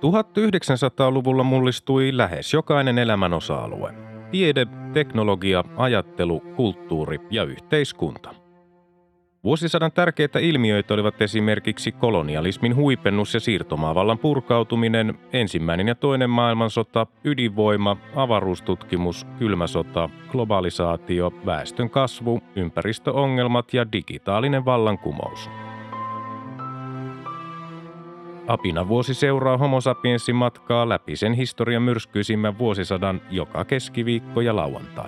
1900-luvulla mullistui lähes jokainen elämän osa-alue. Tiede, teknologia, ajattelu, kulttuuri ja yhteiskunta. Vuosisadan tärkeitä ilmiöitä olivat esimerkiksi kolonialismin huipennus ja siirtomaavallan purkautuminen, ensimmäinen ja toinen maailmansota, ydinvoima, avaruustutkimus, kylmä sota, globalisaatio, väestön kasvu, ympäristöongelmat ja digitaalinen vallankumous. Apinavuosi seuraa Homo sapiensin matkaa läpi sen historian myrskyisimmän vuosisadan joka keskiviikko ja lauantai.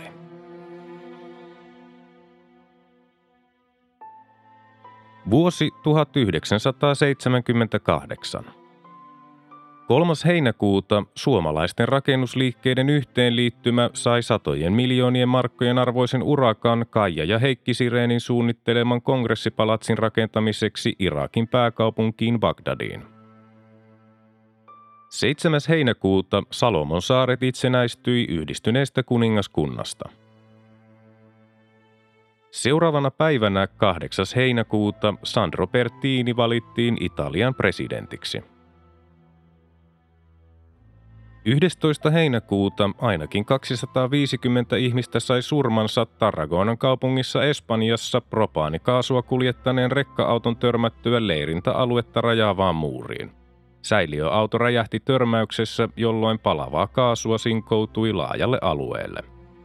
Vuosi 1978. 3. heinäkuuta suomalaisten rakennusliikkeiden yhteenliittymä sai satojen miljoonien markkojen arvoisen urakan Kaija ja Heikki Sirenin suunnitteleman kongressipalatsin rakentamiseksi Irakin pääkaupunkiin Bagdadiin. 7. heinäkuuta Salomonsaaret itsenäistyi yhdistyneestä kuningaskunnasta. Seuraavana päivänä 8. heinäkuuta Sandro Pertini valittiin Italian presidentiksi. 11. heinäkuuta ainakin 250 ihmistä sai surmansa Tarragonan kaupungissa Espanjassa propaanikaasua kuljettaneen rekka-auton törmättyä leirintäaluetta rajaavaan muuriin. Säiliöauto räjähti törmäyksessä, jolloin palavaa kaasua sinkoutui laajalle alueelle.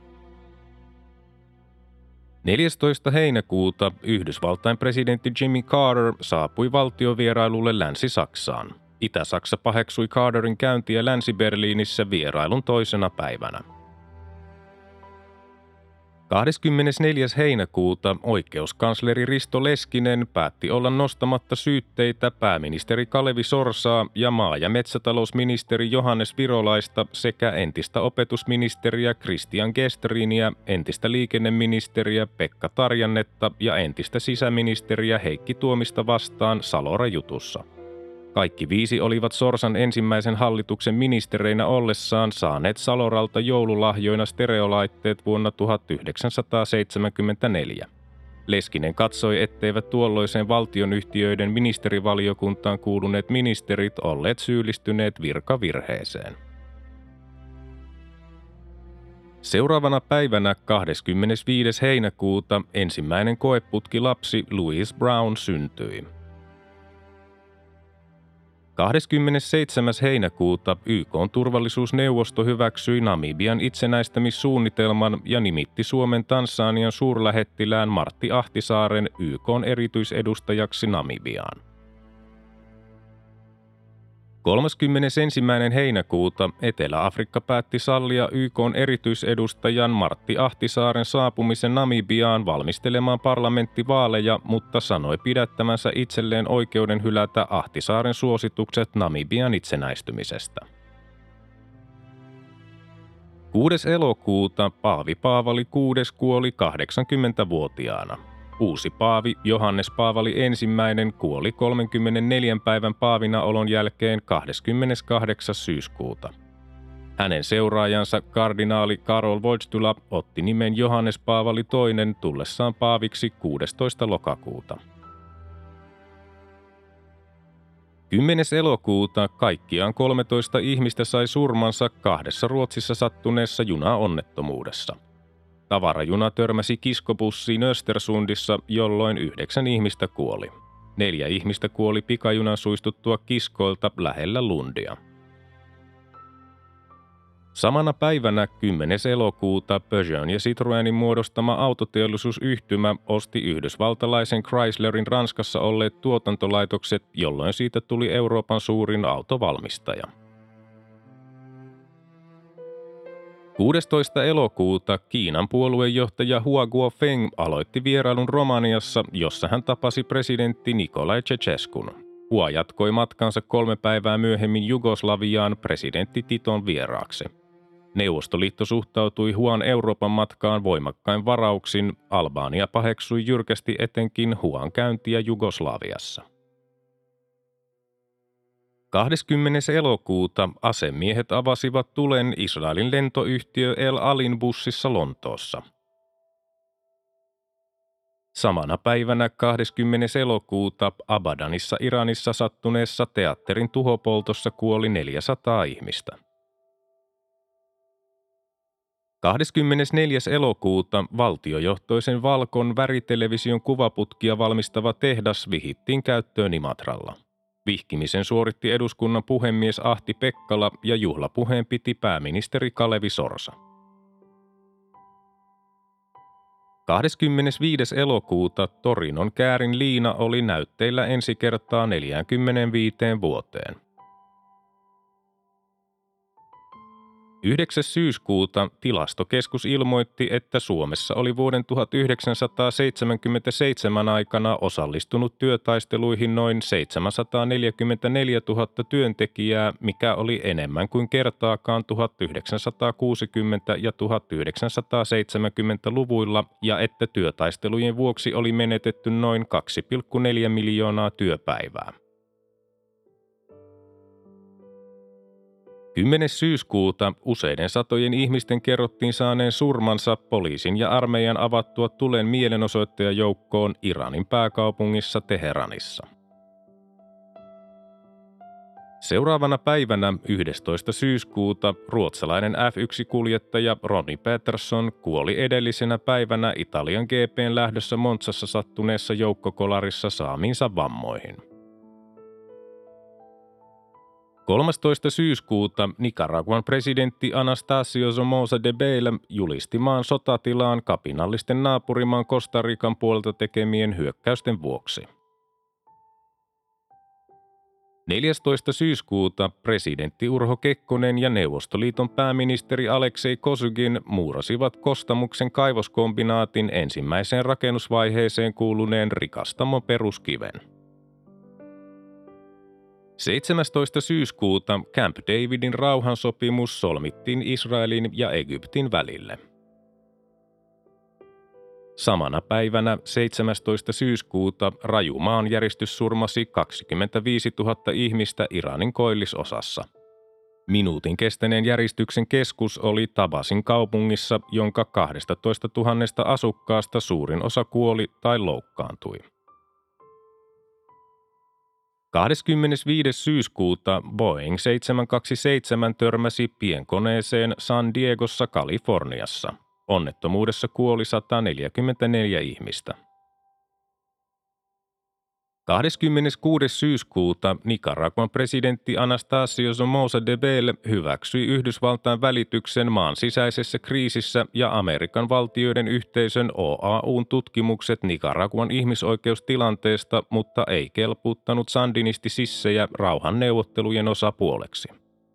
14. heinäkuuta Yhdysvaltain presidentti Jimmy Carter saapui valtiovierailulle Länsi-Saksaan. Itä-Saksa paheksui Carterin käyntiä Länsi-Berliinissä vierailun toisena päivänä. 24. heinäkuuta oikeuskansleri Risto Leskinen päätti olla nostamatta syytteitä pääministeri Kalevi Sorsaa ja maa- ja metsätalousministeri Johannes Virolaista sekä entistä opetusministeriä Christian Gestriniä, entistä liikenneministeriä Pekka Tarjannetta ja entistä sisäministeriä Heikki Tuomista vastaan Salora-jutussa. Kaikki 5 olivat Sorsan ensimmäisen hallituksen ministereinä ollessaan saaneet Saloralta joululahjoina stereolaitteet vuonna 1974. Leskinen katsoi, etteivät tuolloiseen valtionyhtiöiden ministerivaliokuntaan kuuluneet ministerit olleet syyllistyneet virkavirheeseen. Seuraavana päivänä 25. heinäkuuta ensimmäinen koeputkilapsi Louise Brown syntyi. 27. heinäkuuta YK:n turvallisuusneuvosto hyväksyi Namibian itsenäistämissuunnitelman ja nimitti Suomen Tansanian suurlähettilään Martti Ahtisaaren YK:n erityisedustajaksi Namibiaan. 31. heinäkuuta Etelä-Afrikka päätti sallia YK:n erityisedustajan Martti Ahtisaaren saapumisen Namibiaan valmistelemaan parlamenttivaaleja, mutta sanoi pidättämänsä itselleen oikeuden hylätä Ahtisaaren suositukset Namibian itsenäistymisestä. 6. elokuuta Paavi Paavali VI kuoli 80-vuotiaana. Uusi paavi Johannes Paavali I kuoli 34 päivän paavinaolon jälkeen 28. syyskuuta. Hänen seuraajansa kardinaali Karol Wojtyla otti nimen Johannes Paavali II tullessaan paaviksi 16. lokakuuta. 10. elokuuta kaikkiaan 13 ihmistä sai surmansa 2 Ruotsissa sattuneessa junaonnettomuudessa. Tavarajuna törmäsi kiskobussiin Östersundissa, jolloin 9 ihmistä kuoli. 4 ihmistä kuoli pikajunan suistuttua kiskoilta lähellä Lundia. Samana päivänä 10. elokuuta Peugeotin ja Citroënin muodostama autoteollisuusyhtymä osti yhdysvaltalaisen Chryslerin Ranskassa olleet tuotantolaitokset, jolloin siitä tuli Euroopan suurin autovalmistaja. 16. elokuuta Kiinan puoluejohtaja Hua Guofeng aloitti vierailun Romaniassa, jossa hän tapasi presidentti Nicolae Ceausescun. Hua jatkoi matkansa 3 päivää myöhemmin Jugoslaviaan presidentti Titon vieraaksi. Neuvostoliitto suhtautui Huan Euroopan matkaan voimakkain varauksin, Albania paheksui jyrkästi etenkin Huan käyntiä Jugoslaviassa. 20. elokuuta asemiehet avasivat tulen Israelin lentoyhtiö El Alin bussissa Lontoossa. Samana päivänä 20. elokuuta Abadanissa Iranissa sattuneessa teatterin tuhopoltossa kuoli 400 ihmistä. 24. elokuuta valtiojohtoisen Valcon väritelevision kuvaputkia valmistava tehdas vihittiin käyttöön Imatralla. Vihkimisen suoritti eduskunnan puhemies Ahti Pekkala ja juhlapuheen piti pääministeri Kalevi Sorsa. 25. elokuuta Torinon Käärin Liina oli näytteillä ensi kertaa 45 vuoteen. 9. syyskuuta Tilastokeskus ilmoitti, että Suomessa oli vuoden 1977 aikana osallistunut työtaisteluihin noin 744 000 työntekijää, mikä oli enemmän kuin kertaakaan 1960- ja 1970-luvuilla, ja että työtaistelujen vuoksi oli menetetty noin 2,4 miljoonaa työpäivää. 10. syyskuuta useiden satojen ihmisten kerrottiin saaneen surmansa poliisin ja armeijan avattua tulen mielenosoittajajoukkoon Iranin pääkaupungissa Teheranissa. Seuraavana päivänä 11. syyskuuta ruotsalainen F1-kuljettaja Ronnie Peterson kuoli edellisenä päivänä Italian GP:n lähdössä Monzassa sattuneessa joukkokolarissa saamiinsa vammoihin. 13. syyskuuta Nicaraguan presidentti Anastasio Somoza Debayle julisti maan sotatilaan kapinallisten naapurimaan Costa Rican puolelta tekemien hyökkäysten vuoksi. 14. syyskuuta presidentti Urho Kekkonen ja Neuvostoliiton pääministeri Aleksei Kosygin muurasivat Kostamuksen kaivoskombinaatin ensimmäiseen rakennusvaiheeseen kuuluneen rikastamon peruskiven. 17. syyskuuta Camp Davidin rauhansopimus solmittiin Israelin ja Egyptin välille. Samana päivänä 17. syyskuuta raju maanjäristys surmasi 25 000 ihmistä Iranin koillisosassa. Minuutin kestäneen järistyksen keskus oli Tabasin kaupungissa, jonka 12 000 asukkaasta suurin osa kuoli tai loukkaantui. 25. syyskuuta Boeing 727 törmäsi pienkoneeseen San Diegossa, Kaliforniassa. Onnettomuudessa kuoli 144 ihmistä. 26. syyskuuta Nicaraguan presidentti Anastasio Somoza Debayle hyväksyi Yhdysvaltain välityksen maan sisäisessä kriisissä ja Amerikan valtioiden yhteisön OAUn tutkimukset Nicaraguan ihmisoikeustilanteesta, mutta ei kelpuuttanut sandinistisissejä rauhanneuvottelujen osapuoleksi.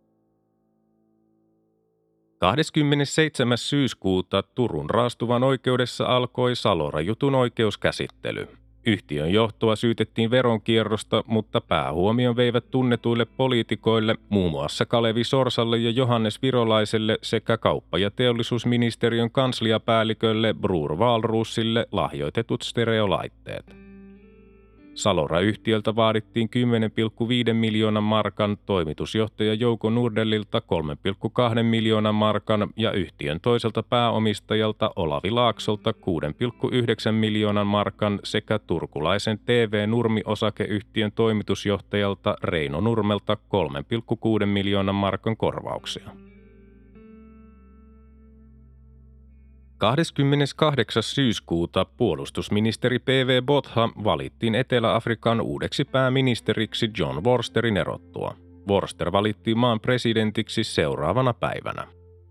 27. syyskuuta Turun raastuvan oikeudessa alkoi Salora-jutun oikeuskäsittely. Yhtiön johtoa syytettiin veronkierrosta, mutta päähuomion veivät tunnetuille poliitikoille, muun muassa Kalevi Sorsalle ja Johannes Virolaiselle sekä kauppa- ja teollisuusministeriön kansliapäällikölle Bror Wahlroosille lahjoitetut stereolaitteet. Salora-yhtiöltä vaadittiin 10,5 miljoonan markan, toimitusjohtaja Jouko Nurdelilta 3,2 miljoonan markan ja yhtiön toiselta pääomistajalta Olavi Laaksolta 6,9 miljoonan markan sekä turkulaisen TV Nurmi-osakeyhtiön toimitusjohtajalta Reino Nurmelta 3,6 miljoonan markan korvauksia. 28. syyskuuta puolustusministeri P.V. Botha valittiin Etelä-Afrikan uudeksi pääministeriksi John Vorsterin erottua. Vorster valittiin maan presidentiksi seuraavana päivänä.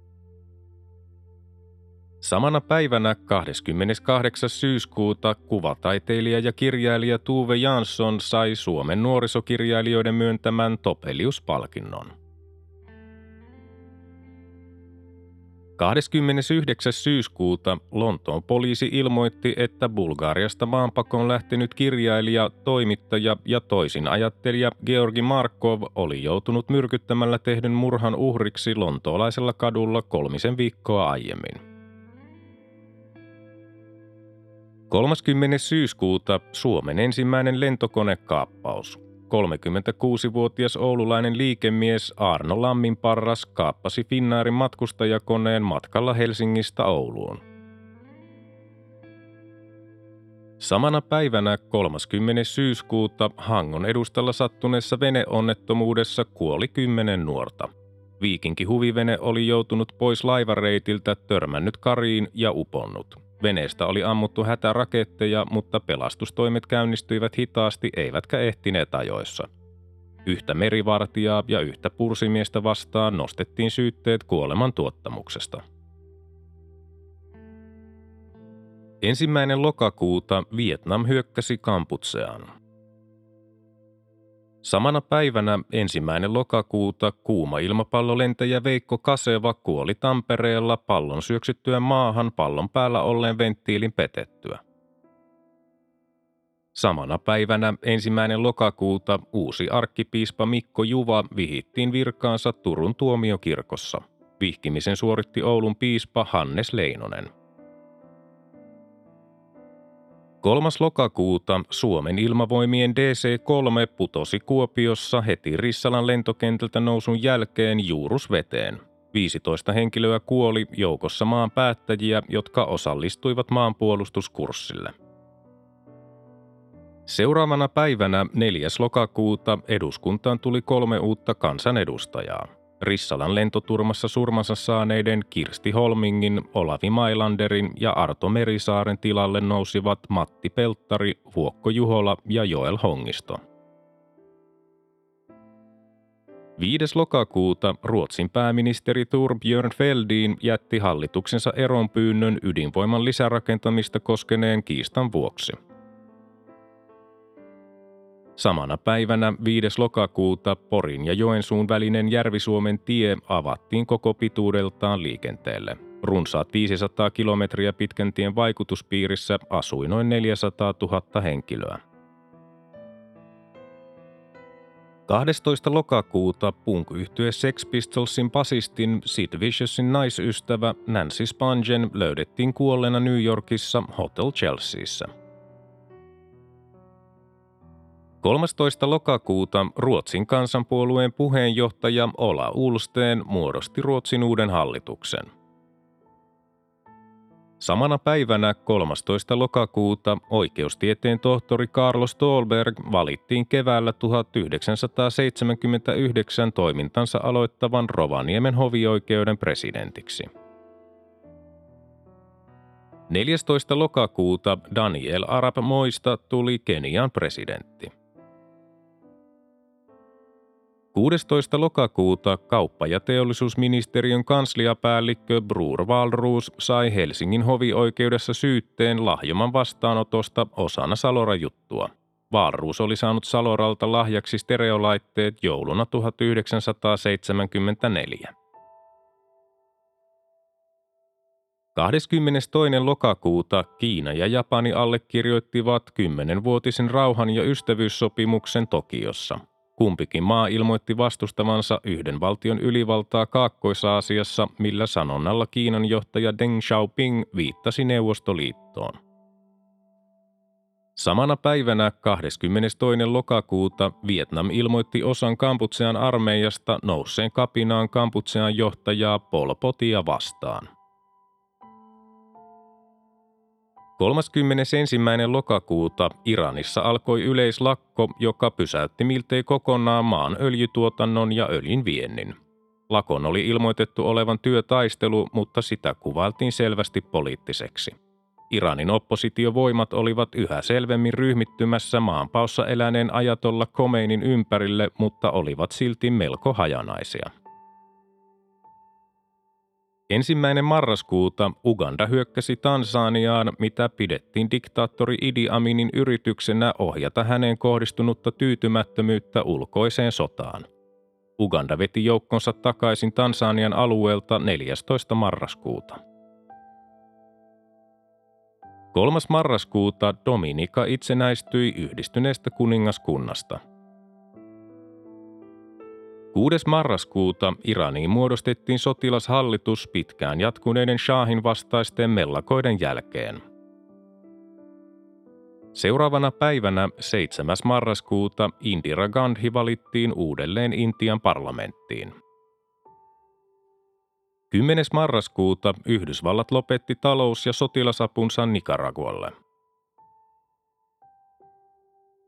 Samana päivänä 28. syyskuuta kuvataiteilija ja kirjailija Tuve Jansson sai Suomen nuorisokirjailijoiden myöntämän Topelius-palkinnon. 29. syyskuuta Lontoon poliisi ilmoitti, että Bulgariasta maanpakoon lähtenyt kirjailija, toimittaja ja toisinajattelija Georgi Markov oli joutunut myrkyttämällä tehdyn murhan uhriksi lontoolaisella kadulla 3 viikkoa aiemmin. 30. syyskuuta Suomen ensimmäinen lentokonekaappaus. 36-vuotias oululainen liikemies Arno Lamminparras kaappasi Finnairin matkustajakoneen matkalla Helsingistä Ouluun. Samana päivänä 30. syyskuuta Hangon edustalla sattuneessa veneonnettomuudessa kuoli 10 nuorta. Viikinkihuvivene oli joutunut pois laivareitiltä, törmännyt kariin ja uponnut. Veneestä oli ammuttu hätäraketteja, mutta pelastustoimet käynnistyivät hitaasti eivätkä ehtineet ajoissa. Yhtä merivartijaa ja yhtä pursimiestä vastaan nostettiin syytteet kuoleman tuottamuksesta. 1. lokakuuta Vietnam hyökkäsi Kambodžaan. Samana päivänä 1. lokakuuta kuuma ilmapallolentäjä Veikko Kaseva kuoli Tampereella pallon syöksyttyä maahan pallon päällä olleen venttiilin petettyä. Samana päivänä 1. lokakuuta uusi arkkipiispa Mikko Juva vihittiin virkaansa Turun tuomiokirkossa. Vihkimisen suoritti Oulun piispa Hannes Leinonen. 3. lokakuuta Suomen ilmavoimien DC-3 putosi Kuopiossa heti Rissalan lentokentältä nousun jälkeen juurusveteen. 15 henkilöä kuoli, joukossa maan päättäjiä, jotka osallistuivat maanpuolustuskurssille. Seuraavana päivänä 4. lokakuuta eduskuntaan tuli 3 uutta kansanedustajaa. Rissalan lentoturmassa surmansa saaneiden Kirsti Holmingin, Olavi Mailanderin ja Arto Merisaaren tilalle nousivat Matti Pelttari, Vuokko Juhola ja Joel Hongisto. 5. lokakuuta Ruotsin pääministeri Thorbjörn Fälldin jätti hallituksensa eronpyynnön ydinvoiman lisärakentamista koskeneen kiistan vuoksi. Samana päivänä 5. lokakuuta Porin ja Joensuun välinen Järvi-Suomen tie avattiin koko pituudeltaan liikenteelle. Runsaat 500 kilometriä pitkän tien vaikutuspiirissä asui noin 400 000 henkilöä. 12. lokakuuta punk-yhtye Sex Pistolsin basistin Sid Vicious'in naisystävä Nancy Spungen löydettiin kuolleena New Yorkissa Hotel Chelseassa. 13. lokakuuta Ruotsin kansanpuolueen puheenjohtaja Ola Ullsten muodosti Ruotsin uuden hallituksen. Samana päivänä 13. lokakuuta oikeustieteen tohtori Carlo Ståhlberg valittiin keväällä 1979 toimintansa aloittavan Rovaniemen hovioikeuden presidentiksi. 14. lokakuuta Daniel Arap Moista tuli Kenian presidentti. 16. lokakuuta kauppa- ja teollisuusministeriön kansliapäällikkö Bror Wahlroos sai Helsingin hovioikeudessa syytteen lahjoman vastaanotosta osana Salora-juttua. Wahlroos oli saanut Saloralta lahjaksi stereolaitteet jouluna 1974. 22. lokakuuta Kiina ja Japani allekirjoittivat 10-vuotisen rauhan- ja ystävyyssopimuksen Tokiossa. Kumpikin maa ilmoitti vastustavansa yhden valtion ylivaltaa Kaakkois-Aasiassa, millä sanonnalla Kiinan johtaja Deng Xiaoping viittasi Neuvostoliittoon. Samana päivänä 22. lokakuuta Vietnam ilmoitti osan Kambodžan armeijasta nousseen kapinaan Kambodžan johtajaa Pol Potia vastaan. 31. lokakuuta Iranissa alkoi yleislakko, joka pysäytti miltei kokonaan maan öljytuotannon ja öljyn viennin. Lakon oli ilmoitettu olevan työtaistelu, mutta sitä kuvailtiin selvästi poliittiseksi. Iranin oppositiovoimat olivat yhä selvemmin ryhmittymässä maanpaossa eläneen ajatolla Khomeinin ympärille, mutta olivat silti melko hajanaisia. 1. marraskuuta Uganda hyökkäsi Tansaniaan, mitä pidettiin diktaattori Idi Aminin yrityksenä ohjata häneen kohdistunutta tyytymättömyyttä ulkoiseen sotaan. Uganda veti joukkonsa takaisin Tansanian alueelta 14. marraskuuta. 3. marraskuuta Dominika itsenäistyi yhdistyneestä kuningaskunnasta. 6. marraskuuta Iraniin muodostettiin sotilashallitus pitkään jatkuneiden shahin vastaisten mellakoiden jälkeen. Seuraavana päivänä 7. marraskuuta Indira Gandhi valittiin uudelleen Intian parlamenttiin. 10. marraskuuta Yhdysvallat lopetti talous- ja sotilasapunsa Nicaragualle.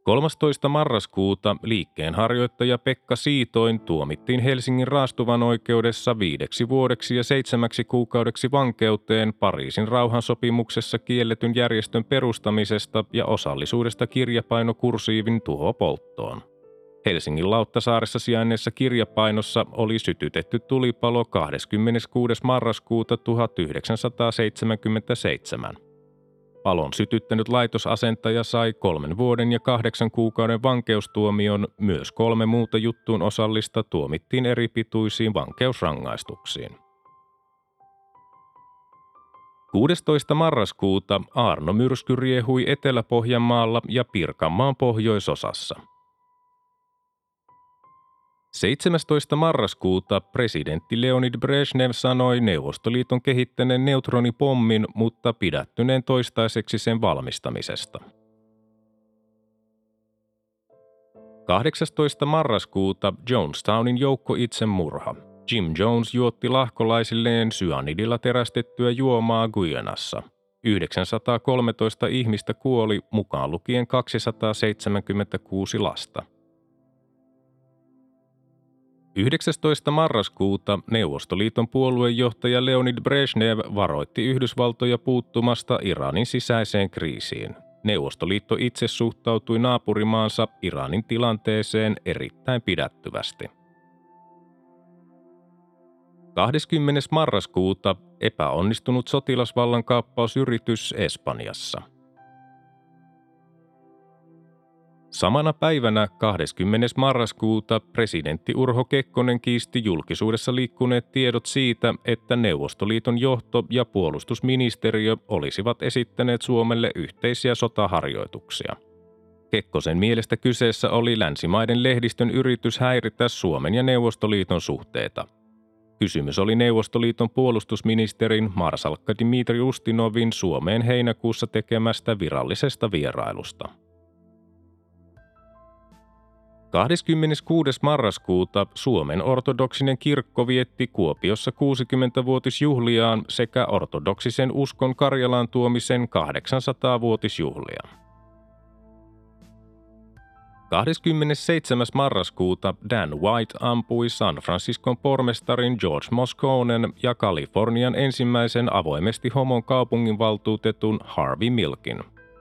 13. marraskuuta liikkeenharjoittaja Pekka Siitoin tuomittiin Helsingin raastuvan oikeudessa 5 vuodeksi ja 7 kuukaudeksi vankeuteen Pariisin rauhansopimuksessa kielletyn järjestön perustamisesta ja osallisuudesta kirjapainokursiivin tuhopolttoon. Helsingin Lauttasaaressa sijainneessa kirjapainossa oli sytytetty tulipalo 26. marraskuuta 1977. Palon sytyttänyt laitosasentaja sai 3 vuoden ja 8 kuukauden vankeustuomion, myös 3 muuta juttuun osallista tuomittiin eri pituisiin vankeusrangaistuksiin. 16. marraskuuta Aarno-myrsky riehui Etelä-Pohjanmaalla ja Pirkanmaan pohjoisosassa. 17. marraskuuta presidentti Leonid Brezhnev sanoi Neuvostoliiton kehittäneen neutronipommin, mutta pidättyneen toistaiseksi sen valmistamisesta. 18. marraskuuta Jonestownin joukkoitsemurha. Jim Jones juotti lahkolaisilleen syanidilla terästettyä juomaa Guyanassa. 913 ihmistä kuoli, mukaan lukien 276 lasta. 19. marraskuuta Neuvostoliiton puoluejohtaja Leonid Brezhnev varoitti Yhdysvaltoja puuttumasta Iranin sisäiseen kriisiin. Neuvostoliitto itse suhtautui naapurimaansa Iranin tilanteeseen erittäin pidättyvästi. 20. marraskuuta epäonnistunut sotilasvallankaappausyritys Espanjassa. Samana päivänä 20. marraskuuta presidentti Urho Kekkonen kiisti julkisuudessa liikkuneet tiedot siitä, että Neuvostoliiton johto ja puolustusministeriö olisivat esittäneet Suomelle yhteisiä sotaharjoituksia. Kekkosen mielestä kyseessä oli länsimaiden lehdistön yritys häiritä Suomen ja Neuvostoliiton suhteita. Kysymys oli Neuvostoliiton puolustusministerin marsalkka Dmitri Ustinovin Suomeen heinäkuussa tekemästä virallisesta vierailusta. 26. marraskuuta Suomen ortodoksinen kirkko vietti Kuopiossa 60-vuotisjuhliaan sekä ortodoksisen uskon Karjalaan tuomisen 800-vuotisjuhlia. 27. marraskuuta Dan White ampui San Franciscon pormestarin George Mosconen ja Kalifornian ensimmäisen avoimesti homon kaupunginvaltuutetun Harvey Milkin.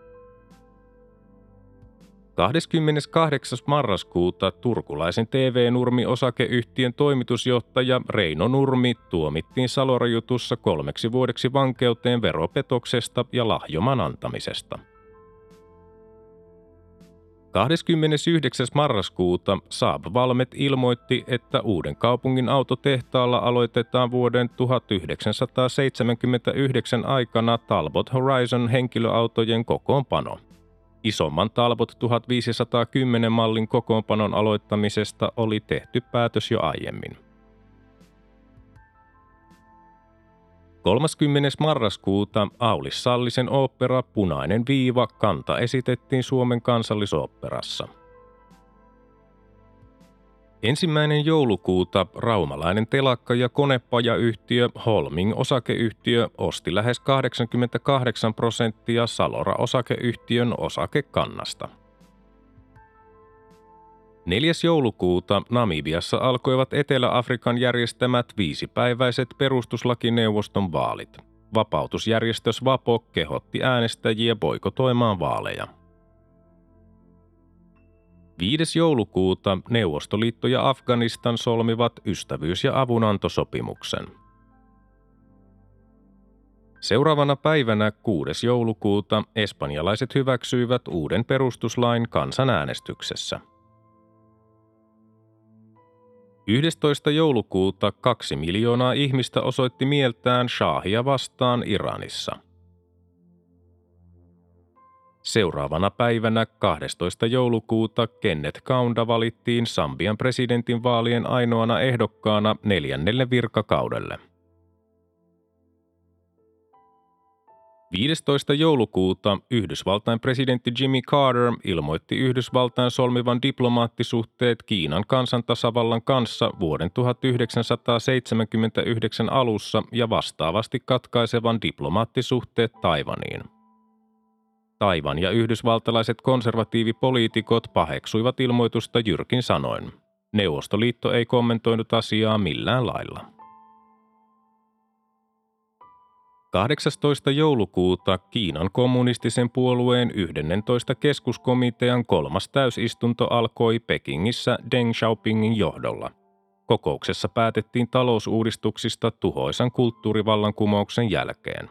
28. marraskuuta turkulaisen TV-Nurmi-osakeyhtiön toimitusjohtaja Reino Nurmi tuomittiin Salorajutussa 3 vuodeksi vankeuteen veropetoksesta ja lahjoman antamisesta. 29. marraskuuta Saab Valmet ilmoitti, että Uudenkaupungin autotehtaalla aloitetaan vuoden 1979 aikana Talbot Horizon henkilöautojen kokoonpano. Isomman Talbot 1510 mallin kokoonpanon aloittamisesta oli tehty päätös jo aiemmin. 30. marraskuuta Aulis Sallisen ooppera Punainen viiva kanta esitettiin Suomen Kansallisoopperassa. 1. joulukuuta raumalainen telakka- ja konepajayhtiö Holming osakeyhtiö osti lähes 88% Salora-osakeyhtiön osakekannasta. 4. joulukuuta Namibiassa alkoivat Etelä-Afrikan järjestämät 5-päiväiset perustuslakineuvoston vaalit. Vapautusjärjestö SWAPO kehotti äänestäjiä boikotoimaan vaaleja. 5. joulukuuta Neuvostoliitto ja Afganistan solmivat ystävyys- ja avunantosopimuksen. Seuraavana päivänä 6. joulukuuta espanjalaiset hyväksyivät uuden perustuslain kansanäänestyksessä. 11. joulukuuta 2 miljoonaa ihmistä osoitti mieltään shahia vastaan Iranissa. Seuraavana päivänä 12. joulukuuta Kenneth Kaunda valittiin Sambian presidentinvaalien ainoana ehdokkaana 4. virkakaudelle. 15. joulukuuta Yhdysvaltain presidentti Jimmy Carter ilmoitti Yhdysvaltain solmivan diplomaattisuhteet Kiinan kansantasavallan kanssa vuoden 1979 alussa ja vastaavasti katkaisevan diplomaattisuhteet Taiwaniin. Taiwan ja yhdysvaltalaiset konservatiivipoliitikot paheksuivat ilmoitusta jyrkin sanoin. Neuvostoliitto ei kommentoinut asiaa millään lailla. 18. joulukuuta Kiinan kommunistisen puolueen 11. keskuskomitean 3. täysistunto alkoi Pekingissä Deng Xiaopingin johdolla. Kokouksessa päätettiin talousuudistuksista tuhoisan kulttuurivallankumouksen jälkeen.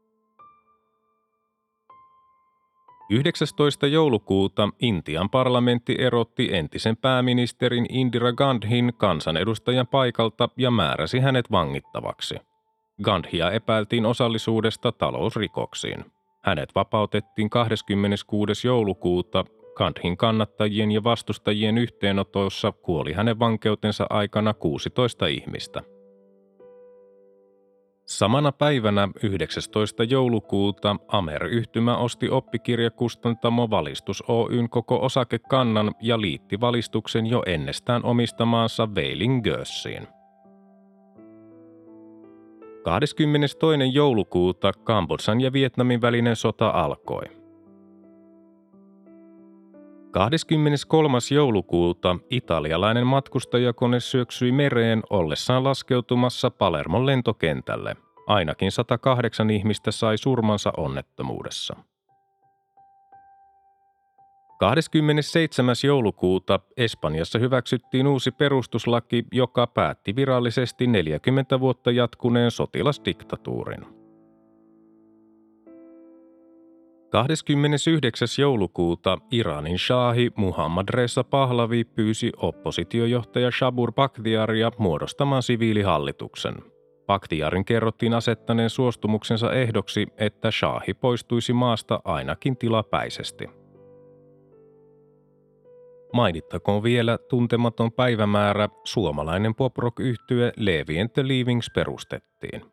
19. joulukuuta Intian parlamentti erotti entisen pääministerin Indira Gandhin kansanedustajan paikalta ja määräsi hänet vangittavaksi. Gandhia epäiltiin osallisuudesta talousrikoksiin. Hänet vapautettiin 26. joulukuuta. Gandhin kannattajien ja vastustajien yhteenotoissa kuoli hänen vankeutensa aikana 16 ihmistä. Samana päivänä 19. joulukuuta Amer-yhtymä osti oppikirjakustantamo Valistus Oyn koko osakekannan ja liitti valistuksen jo ennestään omistamaansa Wailing Girlsiin. 22. joulukuuta Kambodžan ja Vietnamin välinen sota alkoi. 23. joulukuuta italialainen matkustajakone syöksyi mereen ollessaan laskeutumassa Palermon lentokentälle. Ainakin 108 ihmistä sai surmansa onnettomuudessa. 27. joulukuuta Espanjassa hyväksyttiin uusi perustuslaki, joka päätti virallisesti 40 vuotta jatkuneen sotilasdiktatuurin. 29. joulukuuta Iranin shahi Muhammad Reza Pahlavi pyysi oppositiojohtaja Shabur Bakhtiaria muodostamaan siviilihallituksen. Bakhtiarin kerrottiin asettaneen suostumuksensa ehdoksi, että shahi poistuisi maasta ainakin tilapäisesti. Mainittakoon vielä tuntematon päivämäärä, suomalainen pop-rock-yhtye Levi and the Leavings perustettiin.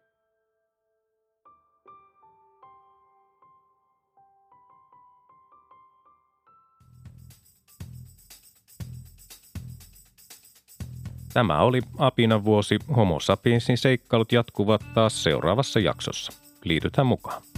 Tämä oli Apinan vuosi. Homo sapiensin seikkailut jatkuvat taas seuraavassa jaksossa. Liitytään mukaan.